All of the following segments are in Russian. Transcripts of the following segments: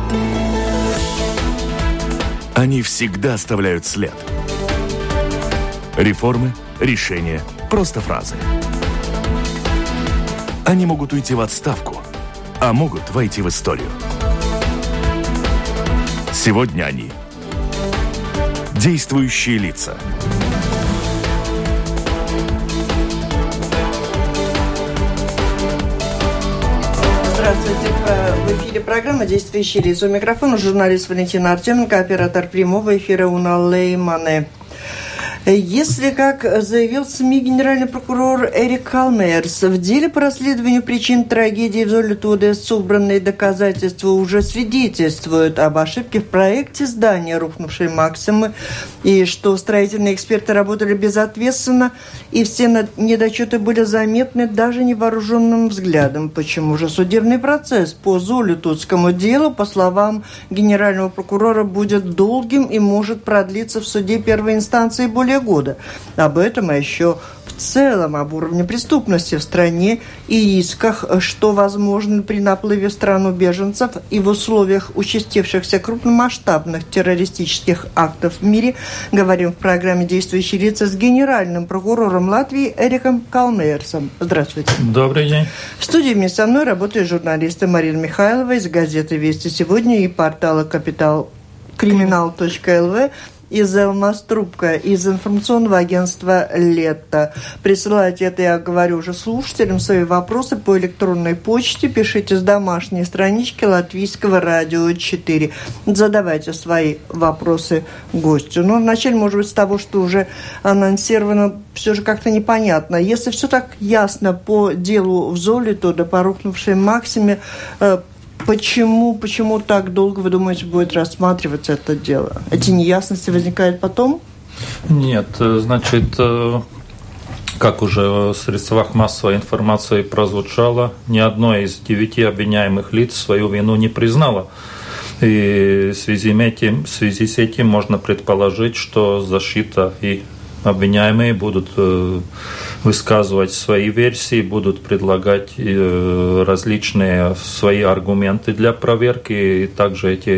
Они всегда оставляют след. Реформы, решения, просто фразы. Они могут уйти в отставку, а могут войти в историю. Сегодня они – действующие лица. Здравствуйте. В эфире программа «Действующие лица». У микрофона журналист Валентина Артеменко, оператор прямого эфира Уна Леймане. Если, как заявил в СМИ генеральный прокурор Эрик Калмерс, в деле по расследованию причин трагедии в Золотуде собранные доказательства уже свидетельствуют об ошибке в проекте здания, рухнувшей Максимы, и что строительные эксперты работали безответственно, и все недочеты были заметны даже невооруженным взглядом. Почему же судебный процесс по Золотудскому делу, по словам генерального прокурора, будет долгим и может продлиться в суде первой инстанции более года. Об этом, а еще в целом об уровне преступности в стране и рисках, что возможно при наплыве в страну беженцев и в условиях участившихся крупномасштабных террористических актов в мире, говорим в программе «Действующие лица» с генеральным прокурором Латвии Эриком Калмерсом. Здравствуйте. Добрый день. В студии вместе со мной работают журналисты Марина Михайлова из газеты «Вести сегодня» и портала Криминал.лв, из Элмас Трубка, из информационного агентства «Лето». Присылайте это, я говорю уже слушателям, свои вопросы по электронной почте. Пишите с домашней странички Латвийского радио 4. Задавайте свои вопросы гостю. Но вначале, может быть, с того, что уже анонсировано, все же как-то непонятно. Если все так ясно по делу в Золотуде, по рухнувшей Максиме, Почему так долго, вы думаете, будет рассматриваться это дело? Эти неясности возникают потом? Нет, значит, как уже в средствах массовой информации прозвучало, ни одно из 9 обвиняемых лиц свою вину не признало. И в связи с этим можно предположить, что защита и обвиняемые будут высказывать свои версии, будут предлагать различные свои аргументы для проверки, и также эти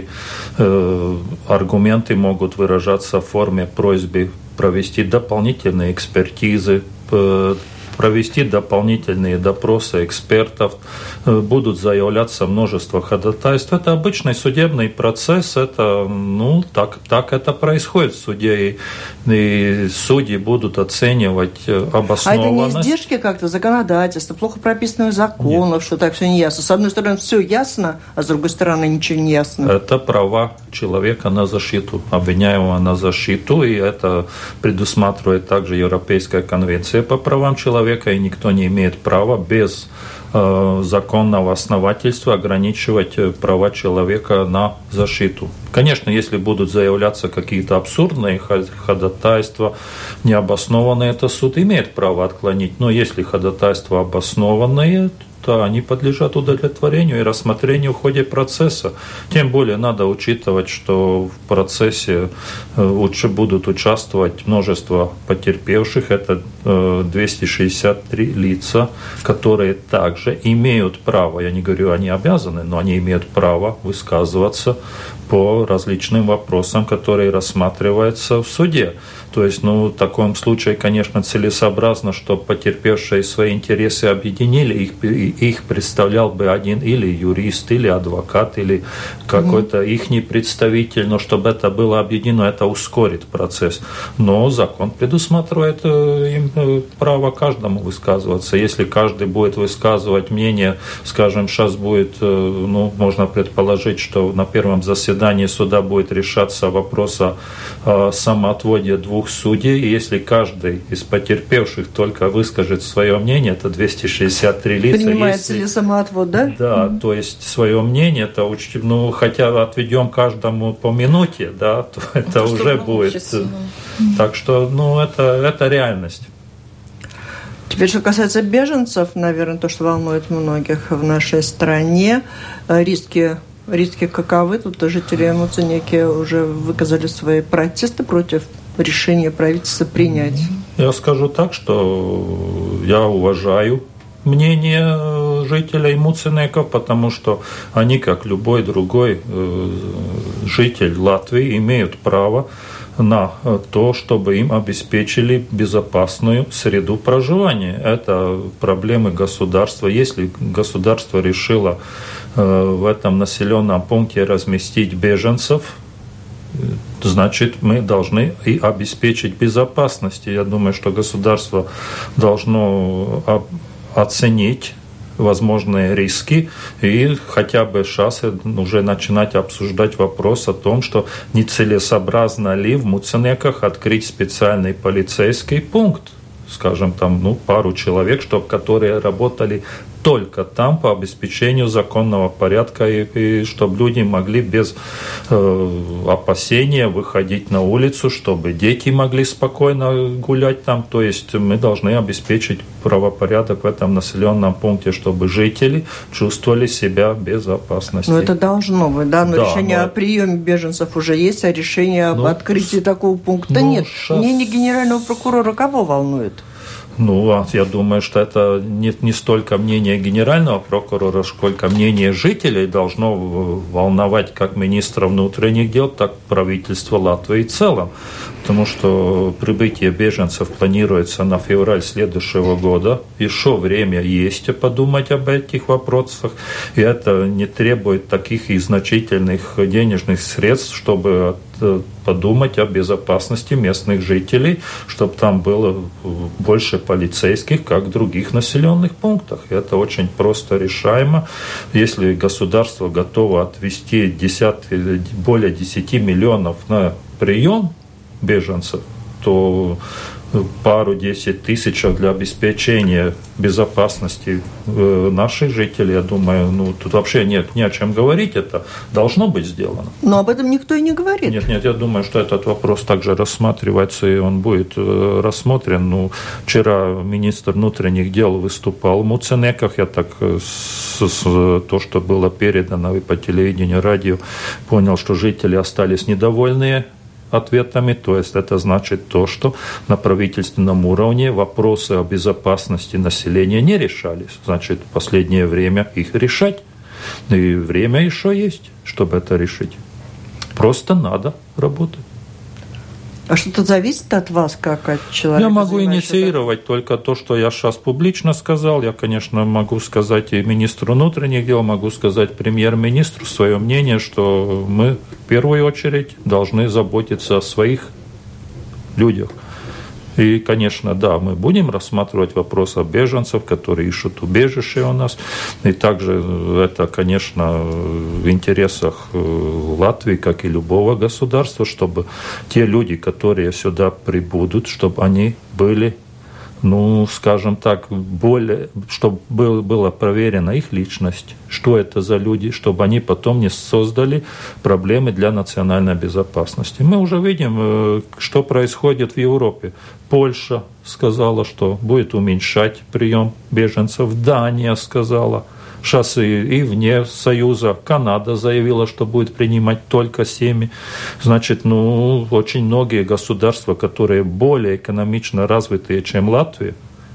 аргументы могут выражаться в форме просьбы провести дополнительные экспертизы, провести дополнительные допросы экспертов, будут заявляться множество ходатайств. Это обычный судебный процесс, это, так это происходит в суде, и судьи будут оценивать обоснованность. А это не издержки как-то законодательства, плохо прописанных законов, Нет. Что так все не ясно? С одной стороны, все ясно, а с другой стороны, ничего не ясно. Это права человека на защиту, обвиняемого на защиту, и это предусматривает также Европейская конвенция по правам человека, и никто не имеет права без законного основательства ограничивать права человека на защиту. Конечно, если будут заявляться какие-то абсурдные ходатайства, необоснованные, это суд имеет право отклонить. Но если ходатайства обоснованные, то они подлежат удовлетворению и рассмотрению в ходе процесса. Тем более надо учитывать, что в процессе будут участвовать множество потерпевших. Это 263 лица, которые также имеют право, я не говорю, они обязаны, но они имеют право высказываться по различным вопросам, которые рассматриваются в суде. То есть, в таком случае, конечно, целесообразно, чтобы потерпевшие свои интересы объединили, их представлял бы один или юрист, или адвокат, или какой-то ихний представитель, но чтобы это было объединено, это ускорит процесс. Но закон предусматривает им право каждому высказываться. Если каждый будет высказывать мнение, скажем, сейчас будет, можно предположить, что на первом заседании суда будет решаться вопрос о самоотводе 2 судей, и если каждый из потерпевших только выскажет свое мнение, это 263 лица. Принимается ли самоотвод, да? Да, то есть свое мнение, это учтем, хотя отведем каждому по минуте, да, то это уже будет. Так что, это реальность. Теперь, что касается беженцев, наверное, то, что волнует многих в нашей стране, риски каковы? Тут жители Муценеки уже выказали свои протесты против решения правительства принять. Я скажу так, что я уважаю мнение жителей Муценеков, потому что они, как любой другой житель Латвии, имеют право на то, чтобы им обеспечили безопасную среду проживания. Это проблемы государства. Если государство решило в этом населенном пункте разместить беженцев, значит, мы должны и обеспечить безопасность. Я думаю, что государство должно оценить возможные риски и хотя бы сейчас уже начинать обсуждать вопрос о том, что нецелесообразно ли в Муценеках открыть специальный полицейский пункт, скажем, там, пару человек, которые работали только там по обеспечению законного порядка, и чтобы люди могли без опасения выходить на улицу, чтобы дети могли спокойно гулять там. То есть мы должны обеспечить правопорядок в этом населенном пункте, чтобы жители чувствовали себя в безопасности. Это должно быть, да? Но решение о приеме беженцев уже есть, а решение об открытии такого пункта нет. Мнение генерального прокурора кого волнует? Я думаю, что это не столько мнение генерального прокурора, сколько мнение жителей должно волновать как министра внутренних дел, так и правительство Латвии в целом. Потому что прибытие беженцев планируется на февраль следующего года. Еще время есть подумать об этих вопросах. И это не требует таких и значительных денежных средств, чтобы подумать о безопасности местных жителей, чтобы там было больше полицейских, как в других населенных пунктах. И это очень просто решаемо. Если государство готово отвести более 10 миллионов на прием беженцев, то пару-десять тысяч для обеспечения безопасности наших жителей, я думаю, тут вообще нет ни о чем говорить, это должно быть сделано. Но об этом никто и не говорит. Нет, я думаю, что этот вопрос также рассматривается, и он будет рассмотрен. Вчера министр внутренних дел выступал в Муценеках, я так то, что было передано и по телевидению, радио, понял, что жители остались недовольные ответами, то есть это значит то, что на правительственном уровне вопросы о безопасности населения не решались. Значит, в последнее время их решать. И время еще есть, чтобы это решить. Просто надо работать. А что-то зависит от вас, как от человека? Я могу инициировать только то, что я сейчас публично сказал. Я, конечно, могу сказать и министру внутренних дел, могу сказать премьер-министру свое мнение, что мы в первую очередь должны заботиться о своих людях. И, конечно, да, мы будем рассматривать вопрос о беженцах, которые ищут убежище у нас. И также это, конечно, в интересах Латвии, как и любого государства, чтобы те люди, которые сюда прибудут, чтобы они были, скажем так, чтобы была проверена их личность, что это за люди, чтобы они потом не создали проблемы для национальной безопасности. Мы уже видим, что происходит в Европе. Польша сказала, что будет уменьшать прием беженцев. Дания сказала. Сейчас и вне Союза Канада заявила, что будет принимать только 7. Значит, очень многие государства, которые более экономично развитые, чем Латвия,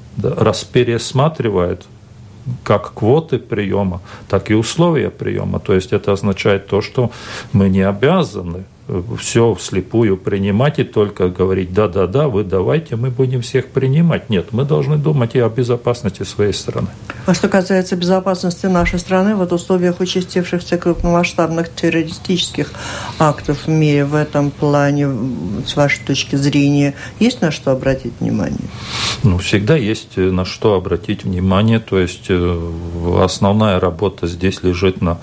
пересматривают как квоты приема, так и условия приема. То есть это означает то, что мы не обязаны все вслепую принимать и только говорить «да-да-да, вы давайте, мы будем всех принимать». Нет, мы должны думать и о безопасности своей страны. А что касается безопасности нашей страны, в условиях участившихся крупномасштабных террористических актов в мире в этом плане, с вашей точки зрения, есть на что обратить внимание? Всегда есть на что обратить внимание. То есть основная работа здесь лежит на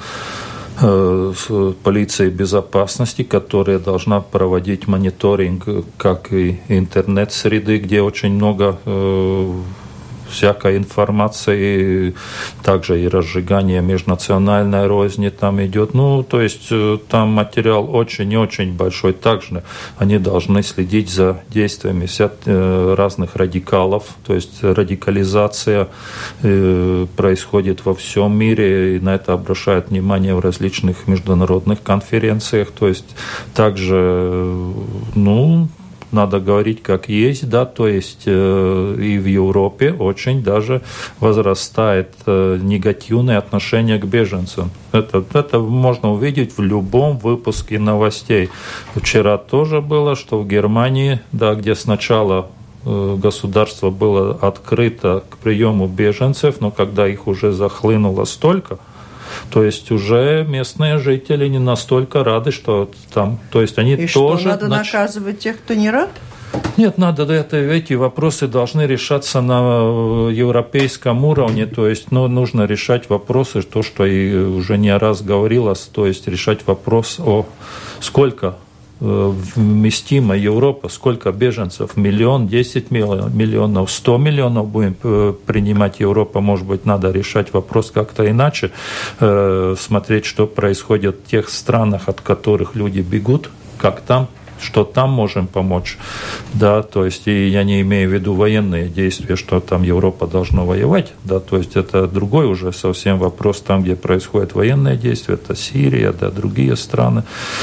полиции безопасности, которая должна проводить мониторинг как и интернет-среды, где очень много всякой информации, также и разжигание межнациональной розни там идет. То есть там материал очень и очень большой. Также они должны следить за действиями разных радикалов. То есть радикализация происходит во всем мире, и на это обращают внимание в различных международных конференциях. То есть также, надо говорить как есть, да, то есть и в Европе очень даже возрастает негативное отношение к беженцам. Это можно увидеть в любом выпуске новостей. Вчера тоже было, что в Германии, да, где сначала государство было открыто к приему беженцев, но когда их уже захлынуло столько, то есть уже местные жители не настолько рады, что там, то есть они и тоже... что, надо наказывать тех, кто не рад? Нет, эти вопросы должны решаться на европейском уровне, то есть нужно решать вопросы, то, что и уже не раз говорилось, то есть решать вопрос о сколько вместима Европа, сколько беженцев, 1 миллион, 10 миллионов, 100 миллионов будем принимать Европа, может быть, надо решать вопрос как-то иначе, смотреть, что происходит в тех странах, от которых люди бегут, как там, что там можем помочь, да, то есть и я не имею в виду военные действия, что там Европа должна воевать, да, то есть это другой уже совсем вопрос, там, где происходят военные действия, это Сирия, да, другие страны.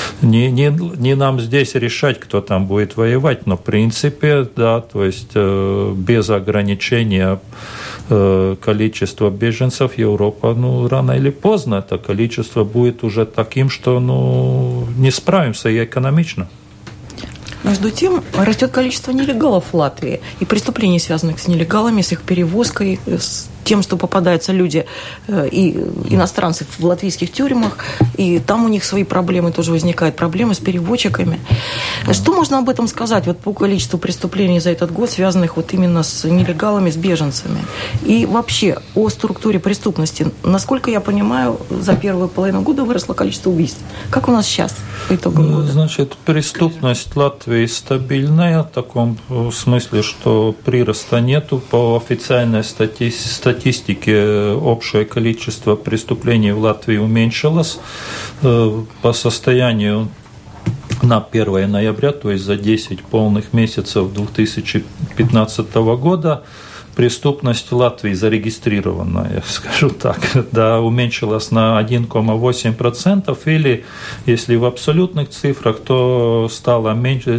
Не нам здесь решать, кто там будет воевать, но в принципе, да, то есть без ограничения количества беженцев Европа, рано или поздно это количество будет уже таким, что, не справимся и экономично. Между тем, растет количество нелегалов в Латвии и преступлений, связанных с нелегалами, с их перевозкой, с тем, что попадаются люди и иностранцы в латвийских тюрьмах, и там у них свои проблемы тоже возникают, проблемы с переводчиками. Что можно об этом сказать по количеству преступлений за этот год, связанных именно с нелегалами, с беженцами? И вообще о структуре преступности. Насколько я понимаю, за первую половину года выросло количество убийств. Как у нас сейчас по итогам года? Значит, преступность Латвии стабильная, в таком смысле, что прироста нету. По официальной статистике общее количество преступлений в Латвии уменьшилось. По состоянию на 1 ноября, то есть за 10 полных месяцев 2015 года, преступность в Латвии зарегистрированная, я скажу так, да, уменьшилась на 1,8%, или если в абсолютных цифрах, то стало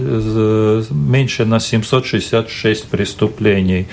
меньше на 766 преступлений.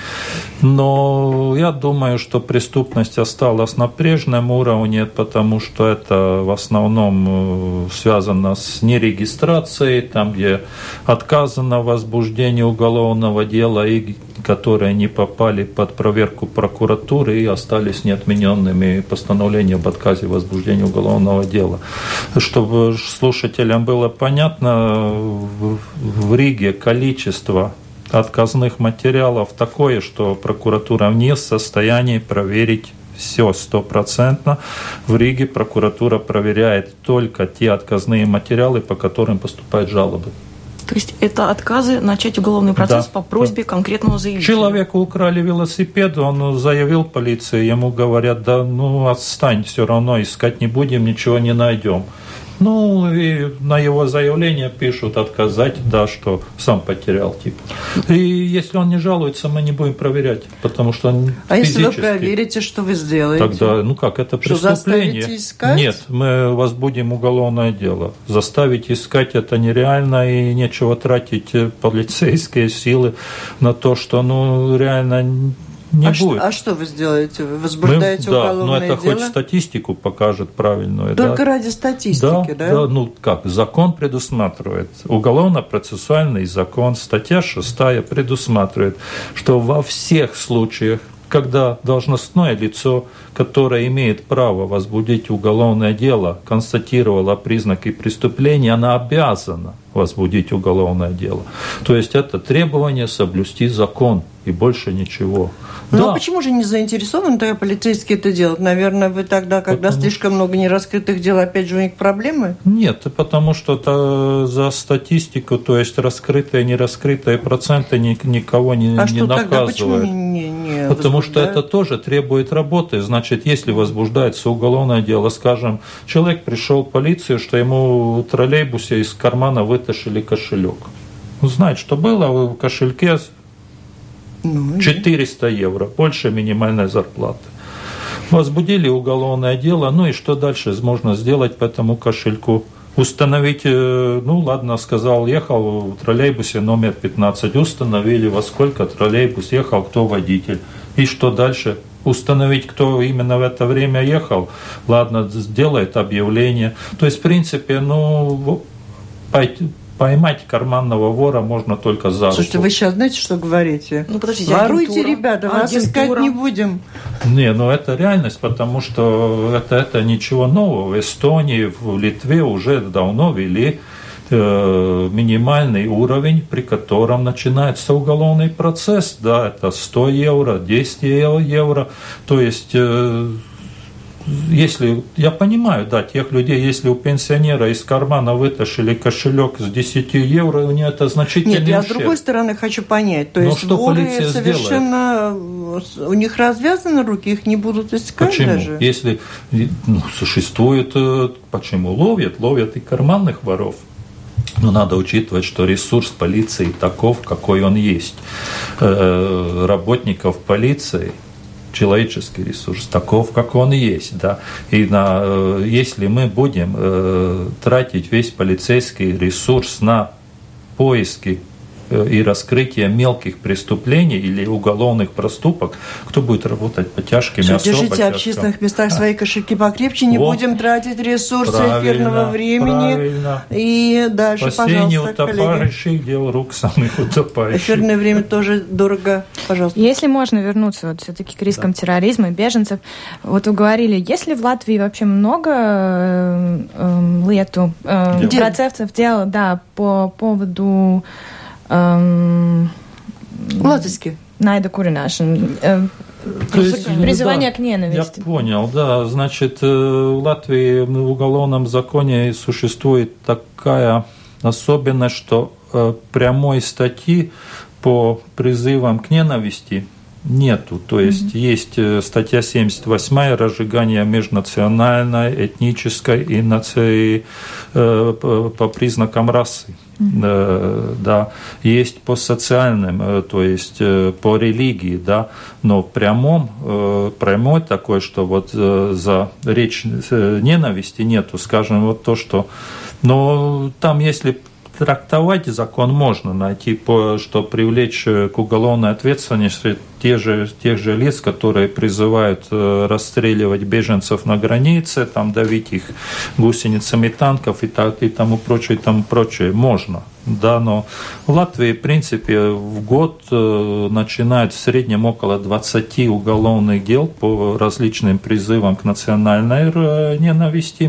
Но я думаю, что преступность осталась на прежнем уровне, потому что это в основном связано с нерегистрацией, там, где отказано в возбуждении уголовного дела и которые не попали под проверку прокуратуры и остались неотмененными постановлением об отказе в возбуждении уголовного дела. Чтобы слушателям было понятно, в Риге количество отказных материалов такое, что прокуратура не в состоянии проверить все 100%. В Риге прокуратура проверяет только те отказные материалы, по которым поступают жалобы. То есть это отказы начать уголовный процесс по просьбе конкретного заявителя. Человеку украли велосипед, он заявил полиции, ему говорят, отстань, все равно искать не будем, ничего не найдем. И на его заявление пишут отказать, да, что сам потерял, типа. И если он не жалуется, мы не будем проверять, потому что он А физически... если вы проверите, что вы сделаете? Тогда, это что, преступление. заставите искать? Нет, мы возбудим уголовное дело. Заставить искать это нереально, и нечего тратить полицейские силы на то, что, реально... Не будет. А что вы сделаете? Вы возбуждаете уголовное дело? Это хоть статистику покажет правильную. Только ради статистики, да? Да, закон предусматривает. Уголовно-процессуальный закон, статья 6 предусматривает, что во всех случаях, когда должностное лицо, которое имеет право возбудить уголовное дело, констатировало признаки преступления, она обязана возбудить уголовное дело. То есть это требование соблюсти закон и больше ничего. А почему же не заинтересованы тогда полицейские это делать? Наверное, вы тогда, когда слишком много нераскрытых дел, опять же у них проблемы? Нет, потому что за статистику, то есть раскрытые и нераскрытые проценты никого не наказывают. Тогда почему не Потому что это тоже требует работы. Значит, если возбуждается уголовное дело, скажем, человек пришел в полицию, что ему в троллейбусе из кармана вытащили кошелек. Он знает, что было в кошельке 400 евро, больше минимальной зарплаты. Возбудили уголовное дело, и что дальше можно сделать по этому кошельку? Установить, ну ладно, сказал, ехал в троллейбусе номер 15, установили, во сколько троллейбус ехал, кто водитель. И что дальше? Установить, кто именно в это время ехал, ладно, сделает объявление. То есть, в принципе, ну, поймать карманного вора можно только за руку. Слушайте, вы сейчас знаете, что говорите? Ну, подождите, воруйте, ребята, вас искать не будем. Не, ну это реальность, потому что это ничего нового. В Эстонии, в Литве уже давно ввели минимальный уровень, при котором начинается уголовный процесс. Да, это 100 евро, 10 евро. То есть, если, я понимаю, да, тех людей, если у пенсионера из кармана вытащили кошелек с 10 евро, у него это значительный ущерб. Нет, я с другой стороны хочу понять. То есть что воры полиция совершенно... У них развязаны руки, их не будут искать. Почему? Даже? Если существует... Почему? Ловят и карманных воров. Но надо учитывать, что ресурс полиции таков, какой он есть. Работников полиции, человеческий ресурс таков, как он есть. Да? И если мы будем тратить весь полицейский ресурс на поиски и раскрытие мелких преступлений или уголовных проступок, кто будет работать по тяжким и особо держите тяжким? в общественных местах свои кошельки покрепче, не будем тратить ресурсы эфирного времени. Правильно. И дальше, спасение пожалуйста, утопающих, дел рук самых утопающих. Эфирное время тоже дорого. Пожалуйста. Если можно вернуться вот все-таки к рискам терроризма, беженцев, вот вы говорили, есть ли в Латвии вообще много процентов дел, да, по поводу Латвийский. Найда Куринашин. Призывание к ненависти. Я понял, да. Значит, в Латвии в уголовном законе существует такая особенность, что прямой статьи по призывам к ненависти нету. То есть есть статья 78 разжигание межнациональной, этнической и по признакам расы. Да, есть по социальным, то есть по религии, да, но прямой такой, что вот за речь ненависти нету, скажем, вот то, что, но там, если трактовать закон, можно найти, что привлечь к уголовной ответственности тех же лиц, которые призывают расстреливать беженцев на границе, там, давить их гусеницами танков и тому прочее, можно. Да, но в Латвии, в принципе, в год начинают в среднем около 20 уголовных дел по различным призывам к национальной ненависти.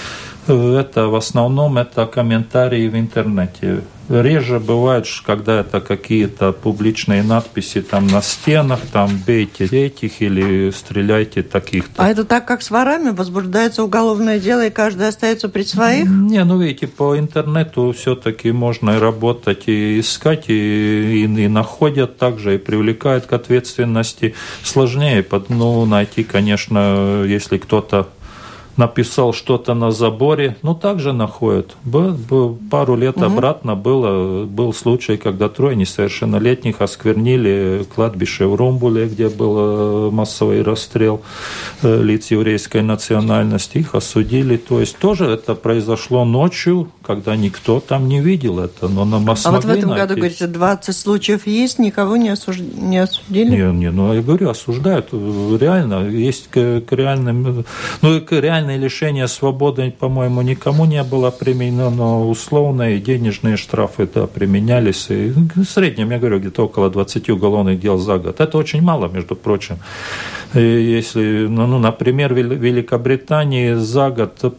Это в основном это комментарии в интернете. Реже бывает, когда это какие-то публичные надписи там на стенах, там бейте этих или стреляйте таких-то. А это так, как с ворами возбуждается уголовное дело, и каждый остается при своих? Не, ну видите, по интернету все-таки можно и работать, и искать, и находят также, и привлекают к ответственности. Сложнее найти, конечно, если кто-то написал что-то на заборе, также находят. Пару лет обратно был случай, когда 3 несовершеннолетних осквернили кладбище в Румбуле, где был массовый расстрел лиц еврейской национальности. Их осудили. То есть тоже это произошло ночью, когда никто там не видел это. Но нас а вот в этом году, говорите, 20 случаев есть, никого не осудили? Я говорю, осуждают. Реально. Есть к реальным... реальное лишение свободы, по-моему, никому не было применено, но условные денежные штрафы применялись. И в среднем, я говорю, где-то около 20 уголовных дел за год. Это очень мало, между прочим. И если, например, в Великобритании за год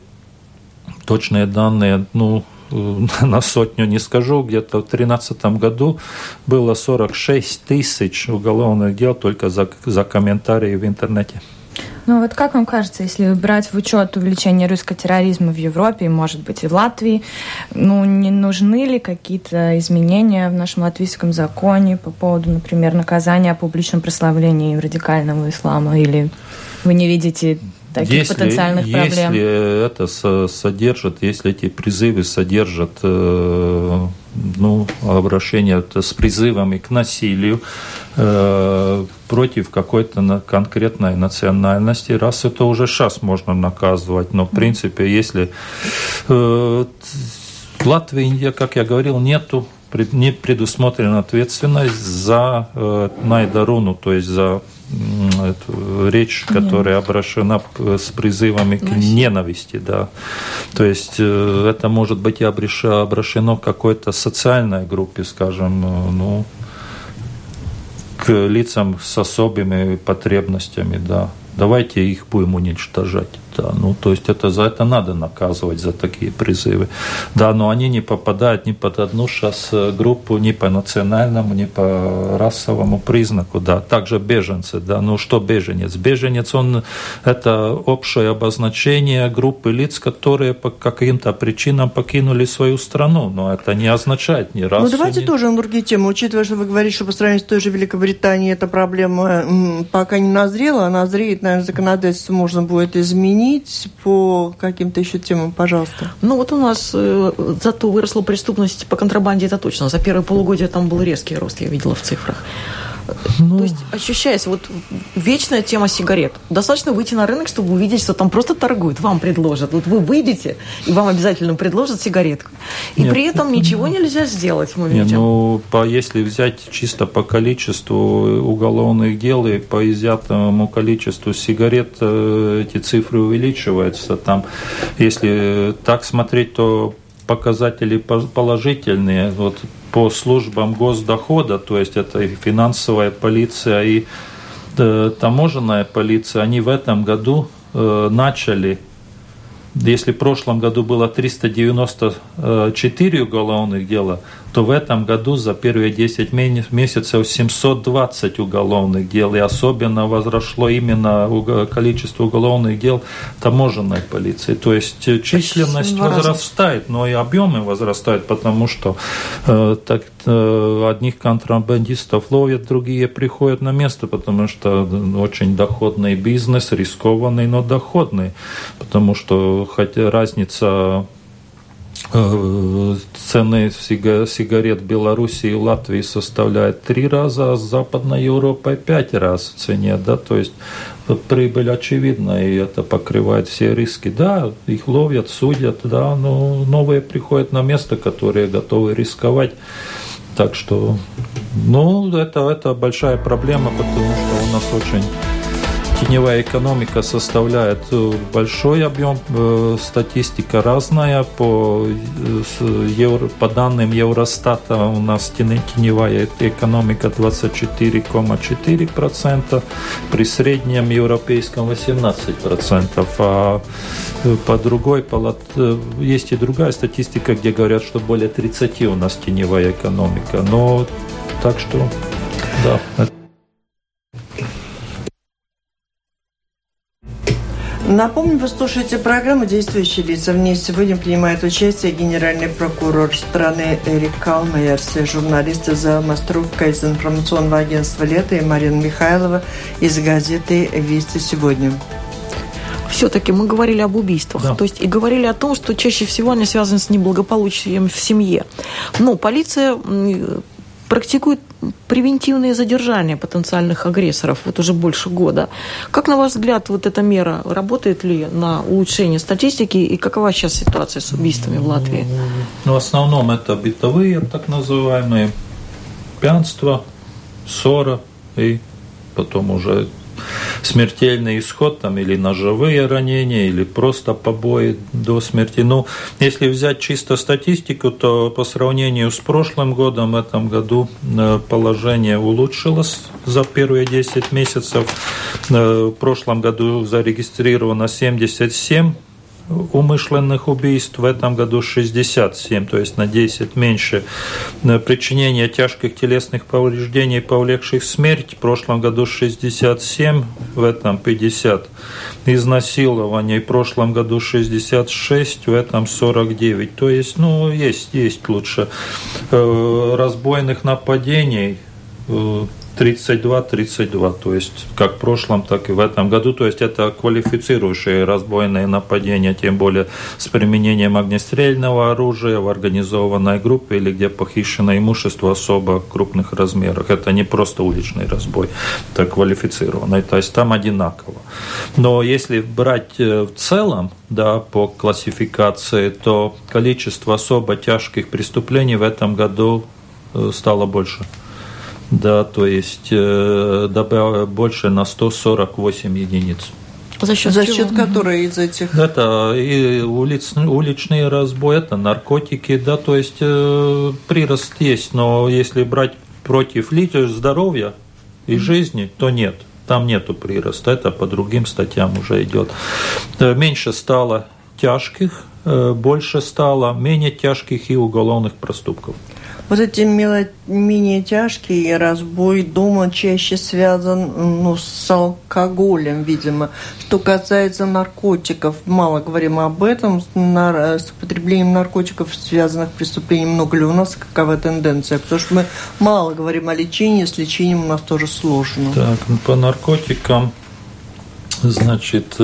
точные данные, на сотню не скажу, где-то в 2013 году было 46 тысяч уголовных дел только за комментарии в интернете. Вот как вам кажется, если брать в учет увеличение русского терроризма в Европе, может быть, и в Латвии, не нужны ли какие-то изменения в нашем латвийском законе по поводу, например, наказания о публичном прославлении радикального ислама, или вы не видите таких потенциальных проблем? Если это содержит, если эти призывы содержат обращение с призывами к насилию против какой-то конкретной национальности, раз это уже сейчас можно наказывать. Но, в принципе, если в Латвии, как я говорил, не предусмотрена ответственность за найдаруну, то есть за эту речь, которая обращена с призывами к ненависти, да. То есть это может быть и обращено к какой-то социальной группе, скажем, к лицам с особыми потребностями, да. Давайте их будем уничтожать. Да, то есть за это надо наказывать, за такие призывы. Да, но они не попадают ни под одну сейчас группу, ни по национальному, ни по расовому признаку. Да. Также беженцы. Да. Что беженец? Беженец, это общее обозначение группы лиц, которые по каким-то причинам покинули свою страну. Но это не означает ни расу. Давайте тоже на другие темы. Учитывая, что вы говорите, что по сравнению с той же Великобританией эта проблема пока не назрела, а назреет, наверное, законодательство можно будет изменить. По каким-то еще темам, пожалуйста. У нас зато выросла преступность по контрабанде, это точно. За первое полугодие там был резкий рост, я видела в цифрах. То есть ощущается вечная тема сигарет. Достаточно выйти на рынок, чтобы увидеть, что там просто торгуют, вам предложат. Вы выйдете, и вам обязательно предложат сигаретку. И при этом ничего нельзя сделать, мы видим. Если взять чисто по количеству уголовных дел и по изъятому количеству сигарет, эти цифры увеличиваются. Там, если так смотреть, то показатели положительные. По службам госдохода, то есть это и финансовая полиция, и таможенная полиция, они в этом году начали, если в прошлом году было 394 уголовных дела, то в этом году за первые 10 месяцев 720 уголовных дел. И особенно возросло именно количество уголовных дел таможенной полиции. То есть численность возрастает, но и объемы возрастают, потому что одних контрабандистов ловят, другие приходят на место, потому что очень доходный бизнес, рискованный, но доходный. Потому что хотя разница цены сигарет в Беларуси и Латвии составляет 3 раза, а с Западной Европой 5 раз в цене. Да? То есть прибыль очевидна, и это покрывает все риски. Да, их ловят, судят, да, но новые приходят на место, которые готовы рисковать. Так что, это большая проблема, потому что у нас очень теневая экономика составляет большой объем, статистика разная. По данным Евростата у нас теневая экономика 24,4%, при среднем европейском 18%. А есть и другая статистика, где говорят, что более 30% у нас теневая экономика. Но так что, да. Напомню, вы слушаете программу «Действующие лица». В ней сегодня принимает участие генеральный прокурор страны Эрик Калмейерс, журналисты Залма Струбка из информационного агентства «Лето» и Марина Михайлова из газеты «Вести сегодня». Все-таки мы говорили об убийствах, да. То есть и говорили о том, что чаще всего они связаны с неблагополучием в семье. Но полиция практикует превентивные задержания потенциальных агрессоров уже больше года. Как, на ваш взгляд, эта мера работает ли на улучшение статистики, и какова сейчас ситуация с убийствами в Латвии? В основном это бытовые, так называемые, пьянство, ссора и потом уже смертельный исход, или ножевые ранения, или просто побои до смерти. Если взять чисто статистику, то по сравнению с прошлым годом, в этом году положение улучшилось за первые 10 месяцев. В прошлом году зарегистрировано 77 умышленных убийств, в этом году 67, то есть на 10 меньше. Причинение тяжких телесных повреждений, повлекших смерть, в прошлом году 67, в этом 50. Изнасилований, в прошлом году 66, в этом 49. То есть, есть лучше. Разбойных нападений 32, то есть как в прошлом, так и в этом году. То есть это квалифицирующие разбойные нападения, тем более с применением огнестрельного оружия в организованной группе или где похищено имущество особо крупных размеров. Это не просто уличный разбой, это квалифицированный, то есть там одинаково. Но если брать в целом, да, по классификации, то количество особо тяжких преступлений в этом году стало больше. Да, то есть больше на 148 единиц. За счет которой из этих? Это и уличный разбой, это наркотики, да, то есть прирост есть, но если брать против здоровья и жизни, то нет. Там нету прироста, это по другим статьям уже идет. Меньше стало тяжких, больше стало менее тяжких и уголовных проступков. Вот эти менее тяжкие разбой дома чаще связан с алкоголем, видимо. Что касается наркотиков, мало говорим об этом. С употреблением наркотиков связанных преступлений много ли у нас? Какова тенденция? Потому что мы мало говорим о лечении, с лечением у нас тоже сложно. Так, по наркотикам, значит...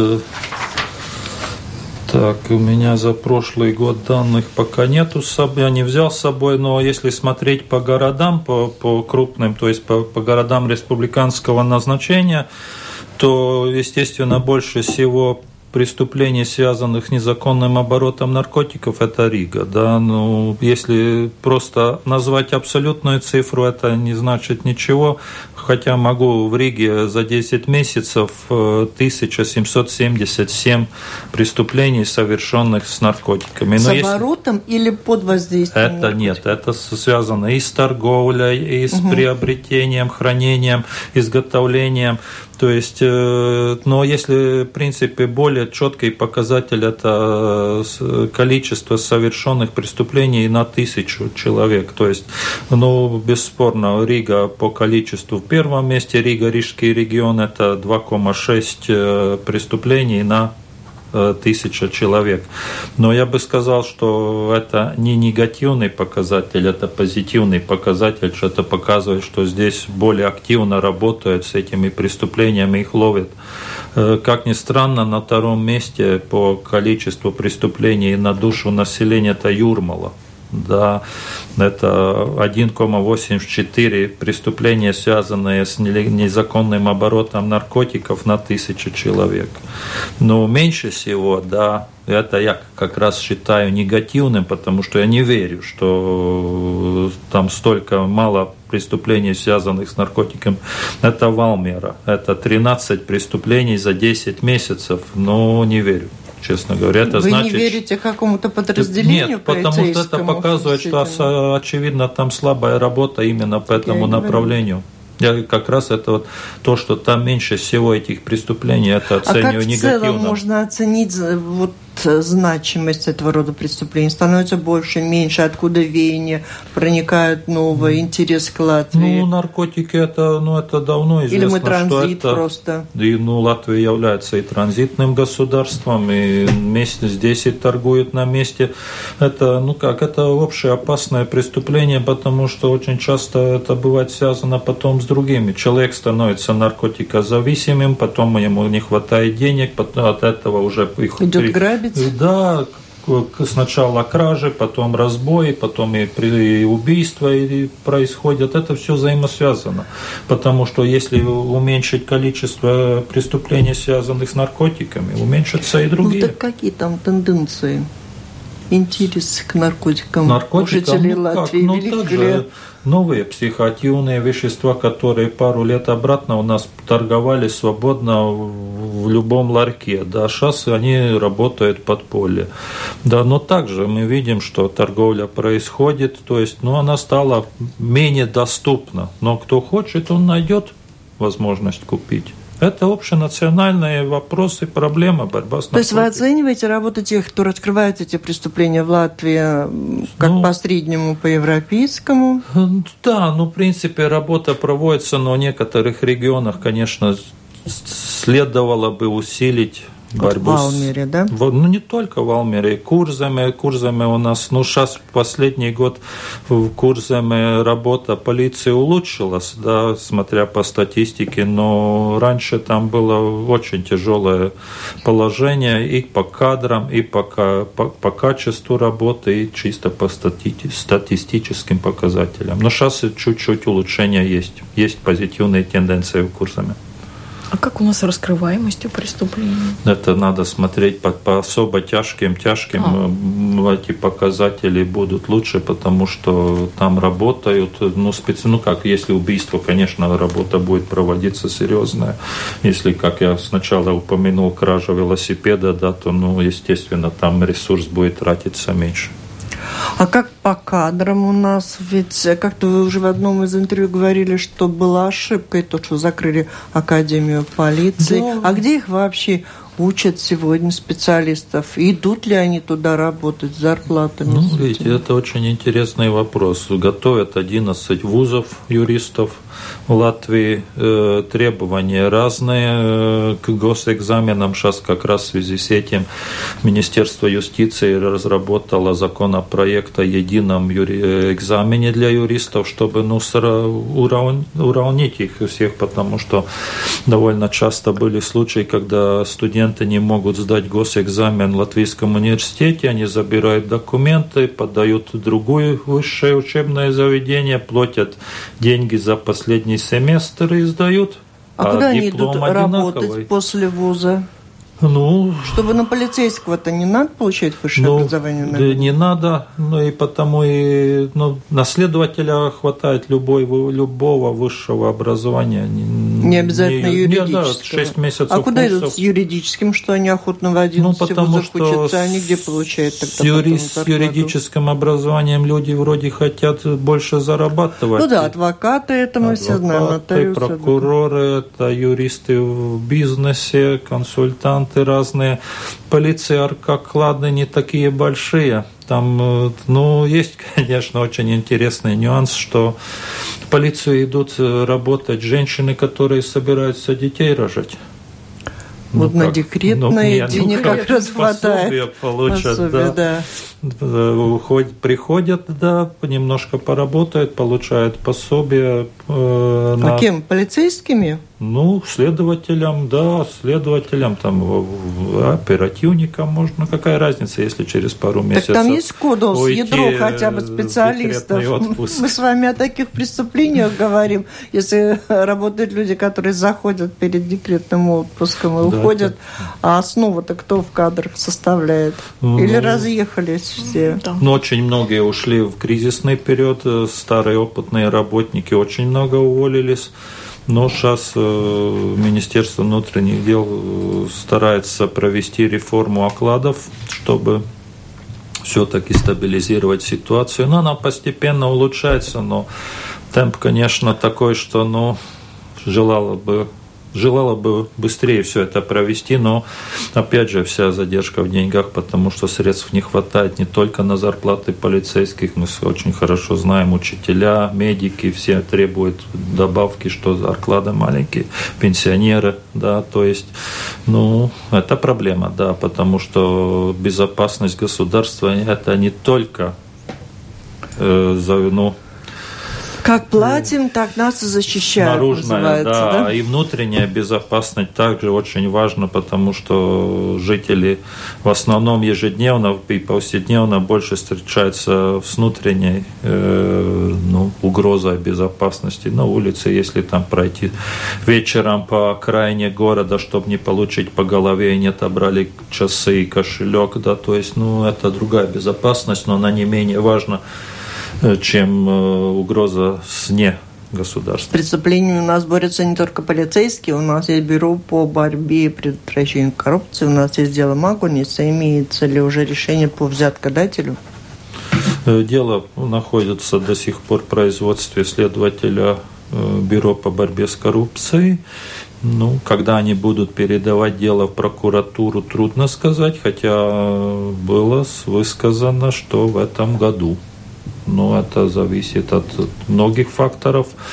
Так, у меня за прошлый год данных пока нету с собой, я не взял с собой, но если смотреть по городам, по крупным, то есть по городам республиканского назначения, то, естественно, больше всего преступлений, связанных с незаконным оборотом наркотиков, это Рига. Да? Ну, если просто назвать абсолютную цифру, это не значит ничего. Хотя могу в Риге за 10 месяцев 1777 преступлений, совершенных с наркотиками. С оборотом или под воздействием? Это наркотиков? Нет, это связано и с торговлей, и с приобретением, хранением, изготовлением. То есть, но если, в принципе, более четкий показатель – это количество совершенных преступлений на 1000 человек. То есть, бесспорно, Рига по количеству в первом месте, Рига-Рижский регион – это 2,6 преступлений на 1000 человек. Но я бы сказал, что это не негативный показатель, это позитивный показатель, что это показывает, что здесь более активно работают с этими преступлениями, их ловят. Как ни странно, на втором месте по количеству преступлений на душу населения это Юрмала. Да, это 1,84 преступления, связанные с незаконным оборотом наркотиков на 1000 человек. Но меньше всего, да, это я как раз считаю негативным, потому что я не верю, что там столько мало преступлений, связанных с наркотиками. Это Валмера. Это 13 преступлений за 10 месяцев. Но не верю. Честно говоря, это значит... Вы не верите какому-то подразделению? Нет, потому что это показывает, что, очевидно, там слабая работа именно по этому направлению. Я как раз это вот то, что там меньше всего этих преступлений, это оцениваю негативно. А как в целом можно оценить значимость этого рода преступлений? Становится больше, меньше? Откуда веяния проникают новые, интерес к Латвии? Наркотики это давно известно. Или мы транзит что просто? Латвия является и транзитным государством, и здесь и торгуют на месте. Это, это общее опасное преступление, потому что очень часто это бывает связано потом с другими. Человек становится наркотикозависимым, потом ему не хватает денег, потом от этого уже идет грабить. Да, сначала кражи, потом разбои, потом и убийства происходят. Это все взаимосвязано. Потому что если уменьшить количество преступлений, связанных с наркотиками, уменьшатся и другие. Так какие там тенденции? Интерес к наркотикам у жителей Латвии велик ли? Новые психоактивные вещества, которые пару лет обратно у нас торговали свободно в любом ларьке. Да, сейчас они работают в подполье. Да, но также мы видим, что торговля происходит, то есть, она стала менее доступна. Но кто хочет, он найдет возможность купить. Это общенациональные вопросы, проблема, борьба с наркотиками. То есть вы оцениваете работу тех, кто раскрывает эти преступления в Латвии, как по среднему, по европейскому? Да, в принципе, работа проводится, но в некоторых регионах, конечно, следовало бы усилить борьбу в Валмере, да? Не только в Валмере, Курземе у нас, сейчас последний год в Курземе работа полиции улучшилась, да, смотря по статистике, но раньше там было очень тяжелое положение и по кадрам, и по качеству работы, и чисто по статистическим показателям. Но сейчас чуть-чуть улучшения есть. Есть позитивные тенденции в Курземе. А как у нас с раскрываемостью преступлений? Это надо смотреть по особо тяжким. Эти показатели будут лучше, потому что там работают, если убийство, конечно, работа будет проводиться серьезная. Если, как я сначала упомянул, кража велосипеда, да, то, естественно, там ресурс будет тратиться меньше. А как по кадрам у нас? Ведь как-то вы уже в одном из интервью говорили, что была ошибкой то, что закрыли Академию полиции. Да. А где их вообще учат сегодня специалистов? Идут ли они туда работать с зарплатами? Видите, это очень интересный вопрос. Готовят 11 вузов юристов в Латвии. Требования разные к госэкзаменам. Сейчас как раз в связи с этим Министерство юстиции разработало законопроект о едином экзамене для юристов, чтобы уравнить их всех, потому что довольно часто были случаи, когда студенты не могут сдать госэкзамен в Латвийском университете, они забирают документы, подают в другое высшее учебное заведение, платят деньги за последний семестр и сдают. А куда они идут работать после вуза? Чтобы на полицейского-то не надо получать высшее образование? Да не надо, и потому на следователя хватает любого высшего образования. Не обязательно юридического. Да, 6 месяцев. А куда идут с юридическим, что они охотно в 11 вузах учатся, они где получают тогда с юридическим образованием люди вроде хотят больше зарабатывать. Адвокаты, это мы все знаем. Адвокаты, прокуроры, это юристы в бизнесе, консультанты разные. Полиция, как ладно, не такие большие. Там, есть, конечно, очень интересный нюанс, что в полицию идут работать женщины, которые собираются детей рожать. На декретные денег как раз хватает. Получат, да. Приходят, немножко поработают, получают пособие. Кем? Полицейскими? Следователям, там, оперативникам можно. Какая разница, если через пару месяцев... Так там есть кодовс, ядро хотя бы специалистов. Мы с вами о таких преступлениях говорим. Если работают люди, которые заходят перед декретным отпуском и уходят, а основу-то кто в кадрах составляет? Или разъехались все? Очень многие ушли в кризисный период. Старые опытные работники очень много уволились. Но сейчас Министерство внутренних дел старается провести реформу окладов, чтобы все-таки стабилизировать ситуацию. Она постепенно улучшается, но темп, конечно, такой, что желала бы быстрее все это провести, но, опять же, вся задержка в деньгах, потому что средств не хватает не только на зарплаты полицейских, мы очень хорошо знаем, учителя, медики, все требуют добавки, что зарплаты маленькие, пенсионеры, то есть, это проблема, потому что безопасность государства – это не только как платим, так нас и защищают. Наружная, да, и внутренняя безопасность также очень важна, потому что жители в основном ежедневно и повседневно больше встречаются с внутренней угрозой безопасности. На улице, если там пройти вечером по окраине города, чтобы не получить по голове и не отобрали часы и кошелек, то есть, это другая безопасность, но она не менее важна, чем угроза сне государства. С преступлениями у нас борются не только полицейские, у нас есть бюро по борьбе и предотвращению коррупции, у нас есть дело Магуниса. Имеется ли уже решение по взяткодателю? Дело находится до сих пор в производстве следователя бюро по борьбе с коррупцией. Когда они будут передавать дело в прокуратуру, трудно сказать, хотя было высказано, что в этом году. Это зависит от многих факторов.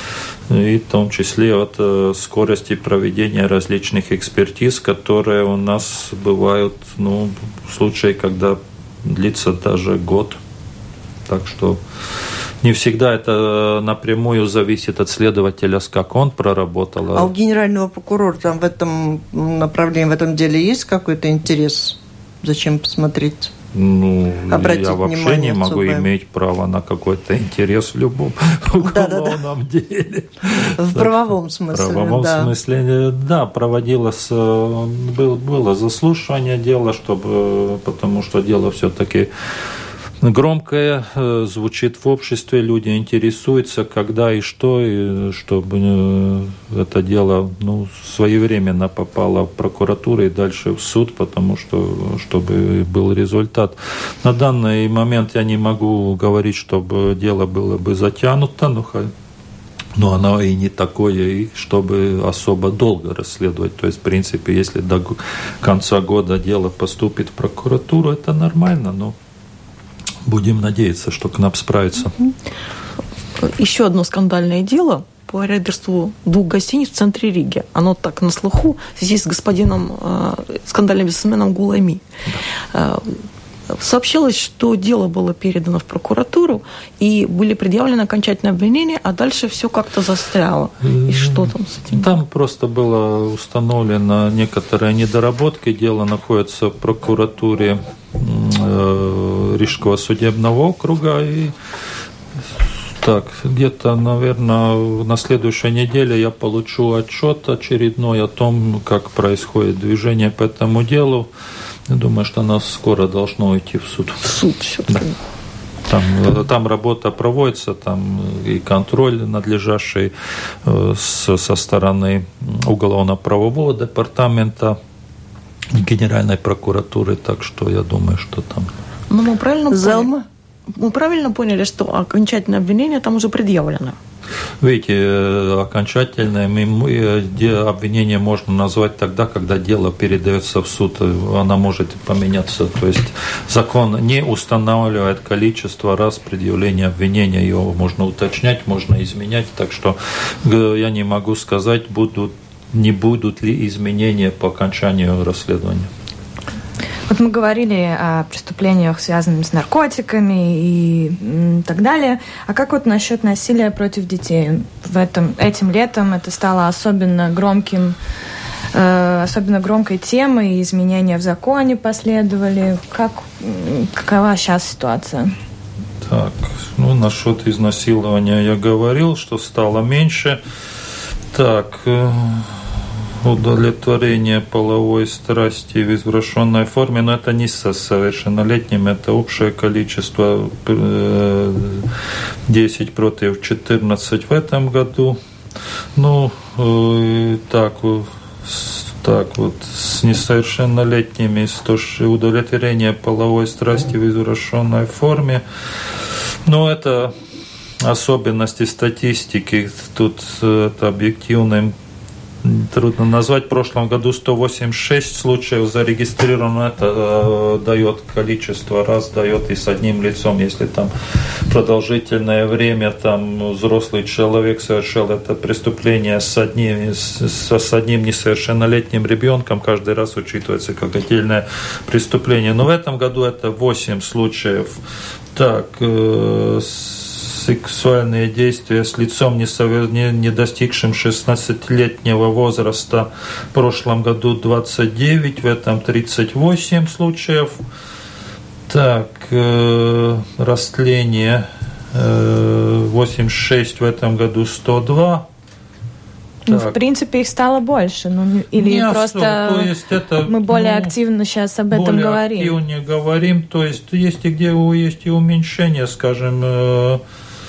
и в том числе от скорости проведения различных экспертиз, которые у нас бывают, в случае, когда длится даже год. Так что не всегда это напрямую зависит от следователя, как он проработал. А у генерального прокурора там в этом направлении, в этом деле есть какой-то интерес? Зачем посмотреть? Я вообще не могу иметь право на какой-то интерес в любом уголовном деле. В правовом смысле. В правовом смысле, да, проводилось, было заслушивание дела, потому что дело все-таки громкое, звучит в обществе, люди интересуются, когда и что, и чтобы это дело своевременно попало в прокуратуру и дальше в суд, потому что чтобы был результат. На данный момент я не могу говорить, чтобы дело было бы затянуто, но оно и не такое, и чтобы особо долго расследовать. То есть, в принципе, если до конца года дело поступит в прокуратуру, это нормально, но будем надеяться, что КНАП справится. Еще одно скандальное дело по рейдерству 2 гостиниц в центре Риги. Оно так на слуху в связи с господином скандальным бизнесменом Гулами. Да. Сообщалось, что дело было передано в прокуратуру, и были предъявлены окончательные обвинения, а дальше все как-то застряло. И что там с этим? Там просто было установлено некоторые недоработки. Дело находится в прокуратуре Рижского судебного округа. И где-то, наверное, на следующей неделе я получу отчет очередной о том, как происходит движение по этому делу. Я думаю, что нас скоро должно уйти в суд. В суд все-таки. Да. Там работа проводится, там и контроль надлежащий со стороны уголовно-правового департамента Генеральной прокуратуры, так что я думаю, что там... Мы правильно поняли, что окончательное обвинение там уже предъявлено? Видите, окончательное обвинение можно назвать тогда, когда дело передается в суд. Она может поменяться. То есть закон не устанавливает количество раз предъявления обвинения. Его можно уточнять, можно изменять. Так что я не могу сказать, не будут ли изменения по окончанию расследования. Вот мы говорили о преступлениях, связанных с наркотиками и так далее. А как вот насчет насилия против детей? Этим летом это стало особенно громкой темой, изменения в законе последовали. Какова сейчас ситуация? Так, насчет изнасилования я говорил, что стало меньше. Так... Удовлетворение половой страсти в извращенной форме, но это не со совершеннолетним, это общее количество 10 против 14 в этом году. С несовершеннолетними удовлетворение половой страсти в извращенной форме. Это особенности статистики, тут это объективным трудно назвать. В прошлом году 186 случаев зарегистрировано. Это дает количество раз, дает и с одним лицом. Если там продолжительное время взрослый человек совершил это преступление с одним несовершеннолетним ребенком, каждый раз учитывается как отдельное преступление. Но в этом году это 8 случаев. Сексуальные действия с лицом, не достигшим 16-летнего возраста. В прошлом году 29, в этом 38 случаев. Растление 86, в этом году 102. В принципе, их стало больше. Или не просто то есть это, мы более активно сейчас об этом говорим? Более активнее говорим. То есть есть и где есть и уменьшение, скажем,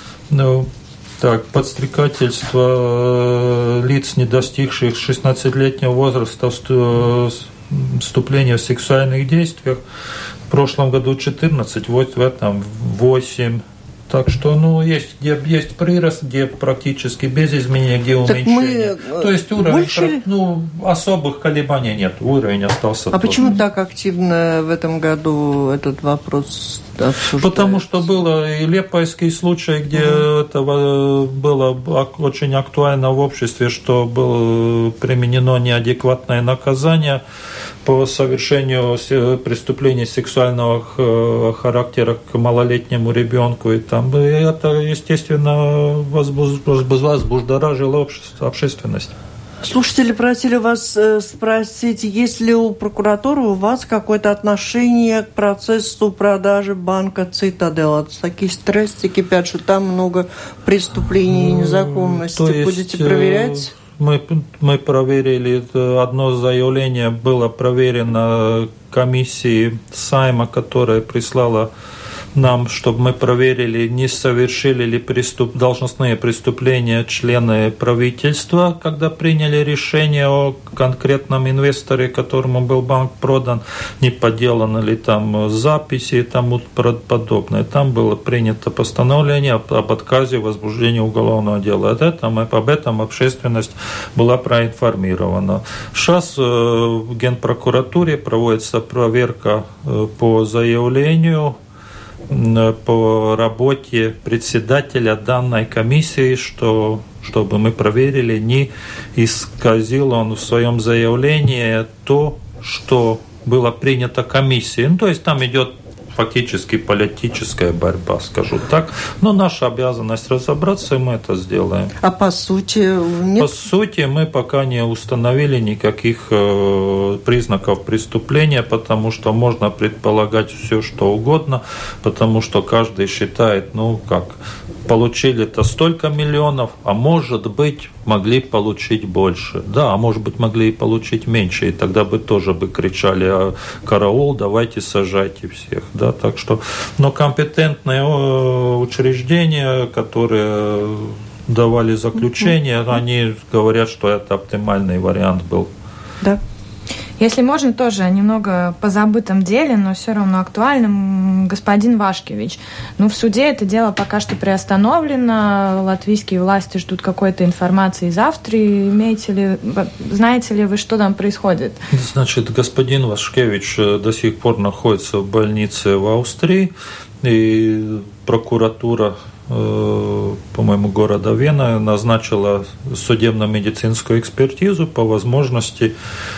подстрекательство лиц, не достигших 16-летнего возраста, вступление в сексуальных действиях. В прошлом году 14, в этом 8. Так что, есть, где есть прирост, где практически без изменения, где уменьшение. То есть уровень, особых колебаний нет, уровень остался тот. Почему так активно в этом году этот вопрос обсуждается? Потому что был и Лепойский случай, где это было очень актуально в обществе, что было применено неадекватное наказание по совершению преступлений сексуального характера к малолетнему ребенку. И там это, естественно, возбудоражило общественность. Слушатели просили вас спросить, есть ли у прокуратуры у вас какое-то отношение к процессу продажи банка «Цитадель». Такие страсти кипят, что там много преступлений и незаконностей. Будете проверять? Мы проверили, одно заявление было проверено комиссией Сайма, которая прислала нам, чтобы мы проверили, не совершили ли должностные преступления члены правительства, когда приняли решение о конкретном инвесторе, которому был банк продан, не подделаны ли там записи и тому подобное. Там было принято постановление об отказе в возбуждении уголовного дела. Об этом общественность была проинформирована. Сейчас в Генпрокуратуре проводится проверка по заявлению по работе председателя данной комиссии, чтобы мы проверили, не исказил он в своем заявлении то, что было принято комиссией. То есть там идет фактически политическая борьба, скажу так. Но наша обязанность разобраться, и мы это сделаем. А по сути нет? По сути мы пока не установили никаких признаков преступления, потому что можно предполагать все, что угодно, потому что каждый считает, получили-то столько миллионов, а может быть, могли получить больше. Да, а может быть, могли и получить меньше, и тогда бы тоже кричали: караул, давайте сажайте всех. Да, так что, но компетентные учреждения, которые давали заключение, они говорят, что это оптимальный вариант был. Да. Если можно, тоже немного по забытом деле, но все равно актуальным. Господин Вашкевич, в суде это дело пока что приостановлено. Латвийские власти ждут какой-то информации из Австрии. Знаете ли вы, что там происходит? Значит, господин Вашкевич до сих пор находится в больнице в Австрии, и прокуратура, по-моему, города Вена назначила судебно-медицинскую экспертизу по возможности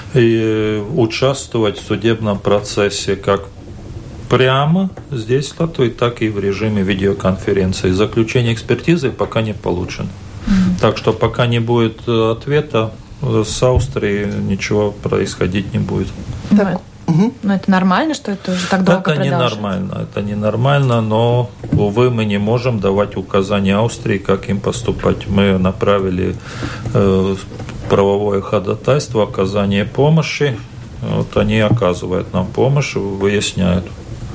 участвовать в судебном процессе как прямо здесь, в Латвии, так и в режиме видеоконференции. Заключение экспертизы пока не получено. Так что пока не будет ответа, с Австрией ничего происходить не будет. Так. Но это нормально, что это уже так долго продолжается? Это ненормально, но, увы, мы не можем давать указания Австрии, как им поступать. Мы направили правовое ходатайство, оказание помощи. Они оказывают нам помощь, выясняют.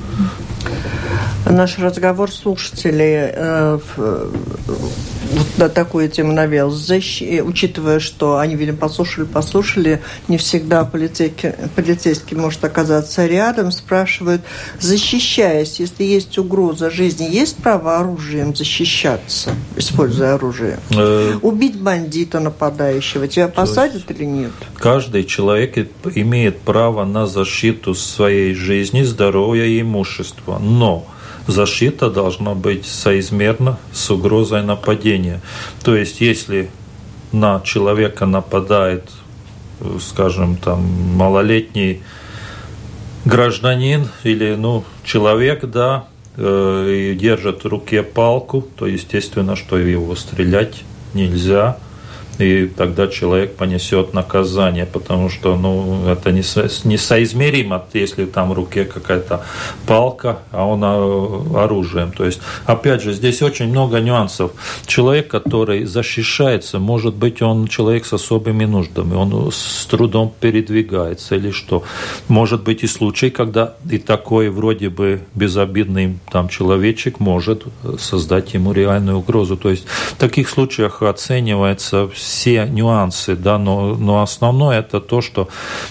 Наш разговор слушателей на такую тему навел. Учитывая, что они, видимо, послушали, не всегда полицейский может оказаться рядом, спрашивают, защищаясь, если есть угроза жизни, есть право оружием защищаться, используя оружие? Убить бандита нападающего, тебя посадят или нет? Каждый человек имеет право на защиту своей жизни, здоровья и имущества, но защита должна быть соизмерна с угрозой нападения. То есть, если на человека нападает, скажем, малолетний гражданин или человек, да, и держит в руке палку, то естественно, что его стрелять нельзя. И тогда человек понесет наказание, потому что это несоизмеримо, если там в руке какая-то палка, а он оружием. То есть, опять же, здесь очень много нюансов. Человек, который защищается, может быть, он человек с особыми нуждами, он с трудом передвигается или что. Может быть и случай, когда и такой вроде бы безобидный человечек может создать ему реальную угрозу. То есть в таких случаях оценивается все нюансы, да, но основное это то, что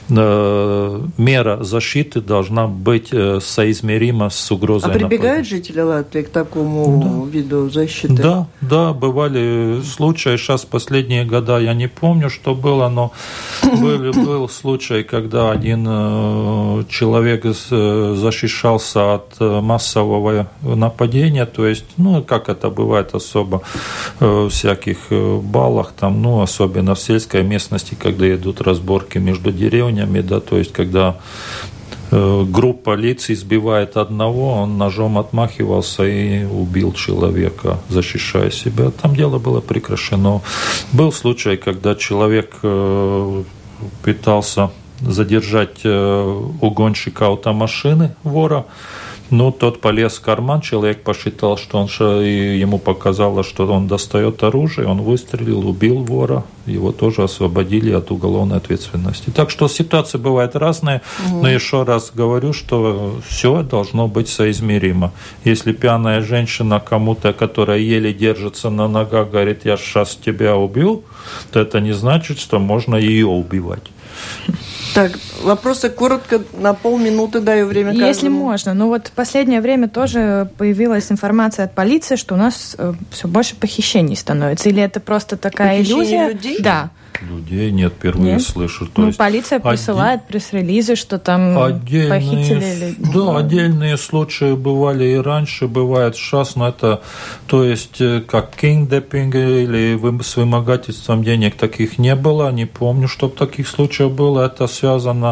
мера защиты должна быть соизмерима с угрозой. А прибегают жители Латвии к такому виду защиты? Да, бывали случаи. Сейчас последние года я не помню, что было, но был случай, когда один человек защищался от массового нападения, то есть, как это бывает особо в всяких баллах, там, особенно в сельской местности, когда идут разборки между деревнями, да, то есть, когда группа лиц избивает одного, он ножом отмахивался и убил человека, защищая себя. Там дело было прекращено. Был случай, когда человек пытался задержать угонщика автомашины, вора. Тот полез в карман, человек посчитал, что ему показалось, что он достает оружие, он выстрелил, убил вора, его тоже освободили от уголовной ответственности. Так что ситуации бывают разные, но еще раз говорю, что все должно быть соизмеримо. Если пьяная женщина кому-то, которая еле держится на ногах, говорит, я сейчас тебя убью, то это не значит, что можно ее убивать. Так, вопросы коротко, на полминуты даю время каждому. Если можно. В последнее время тоже появилась информация от полиции, что у нас все больше похищений становится. Или это просто такая иллюзия? Людей? Да. Людей нет, впервые слышу. То есть полиция присылает пресс-релизы, что там похитили. Да, отдельные случаи бывали и раньше, бывает сейчас, но это, то есть, как кингдеппинг или с вымогательством денег таких не было, не помню, чтобы таких случаев было, это связано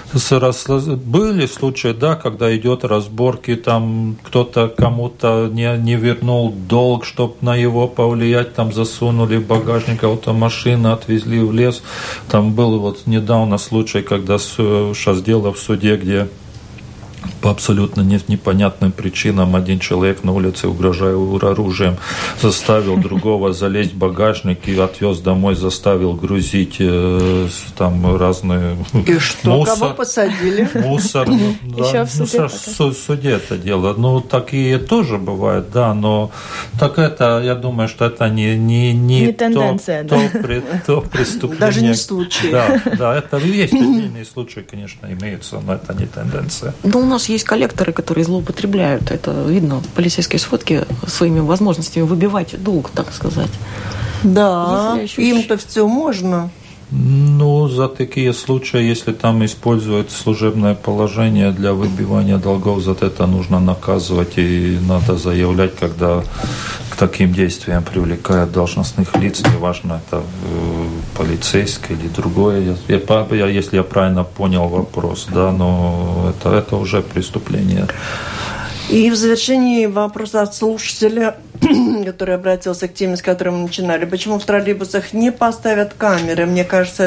были случаи, да, когда идет разборки, там кто-то кому-то не вернул долг, чтобы на его повлиять, там засунули в багажник автомашины, отвезли в лес. Там был недавно случай, когда сейчас дело в суде, где по абсолютно непонятным причинам один человек на улице, угрожая оружием, заставил другого залезть в багажник и отвез домой, заставил грузить там разные и что, мусор. Кого посадили? Мусор. Еще в суде это дело. Такие тоже бывают, да, но так это, я думаю, что это не тенденция, то преступление. Даже не случай. Да, это есть отдельные случаи, конечно, имеются, но это не тенденция. У нас есть коллекторы, которые злоупотребляют. Это видно в полицейской сводке своими возможностями выбивать долг, так сказать. Да, им-то все можно. За такие случаи, если там используют служебное положение для выбивания долгов, за это нужно наказывать и надо заявлять, когда к таким действиям привлекают должностных лиц, неважно, это полицейское или другое. Если я правильно понял вопрос, да, но это уже преступление. И в завершении вопрос от слушателя, который обратился к теме, с которой мы начинали. Почему в троллейбусах не поставят камеры? Мне кажется,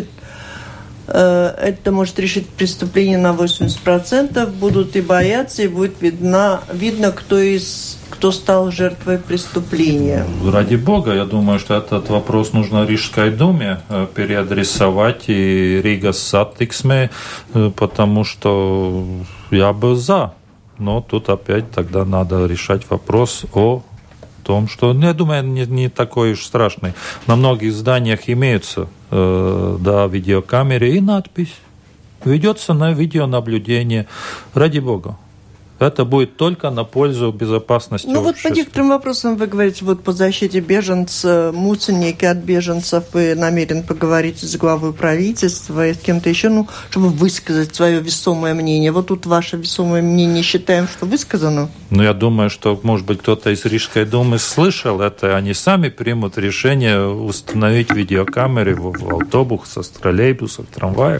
это может решить преступление на 80%. Будут и бояться, и будет видно, кто стал жертвой преступления. Ради бога, я думаю, что этот вопрос нужно Рижской думе переадресовать и Риgas Satiksmei, потому что я бы за. Но тут опять тогда надо решать вопрос о том, что, я думаю, не такой уж страшный. На многих зданиях имеются видеокамеры и надпись. Ведется на видеонаблюдение. Ради бога. Это будет только на пользу безопасности общества. По некоторым вопросам вы говорите, по защите беженцев, муценники от беженцев, вы намерены поговорить с главой правительства и с кем-то еще, чтобы высказать свое весомое мнение. Тут ваше весомое мнение считаем, что высказано. Я думаю, что, может быть, кто-то из Рижской думы слышал это, они сами примут решение установить видеокамеры в автобусах, троллейбусах, трамваях.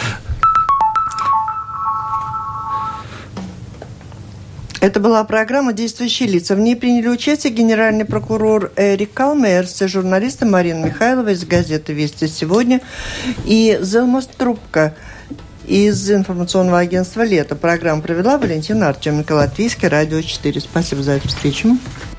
Это была программа «Действующие лица». В ней приняли участие генеральный прокурор Эрик Калмейерс, журналисты Марина Михайлова из газеты «Вести сегодня» и Зелмас Трубка из информационного агентства «Лето». Программу провела Валентина Артеменко, Латвийское радио 4. Спасибо за эту встречу.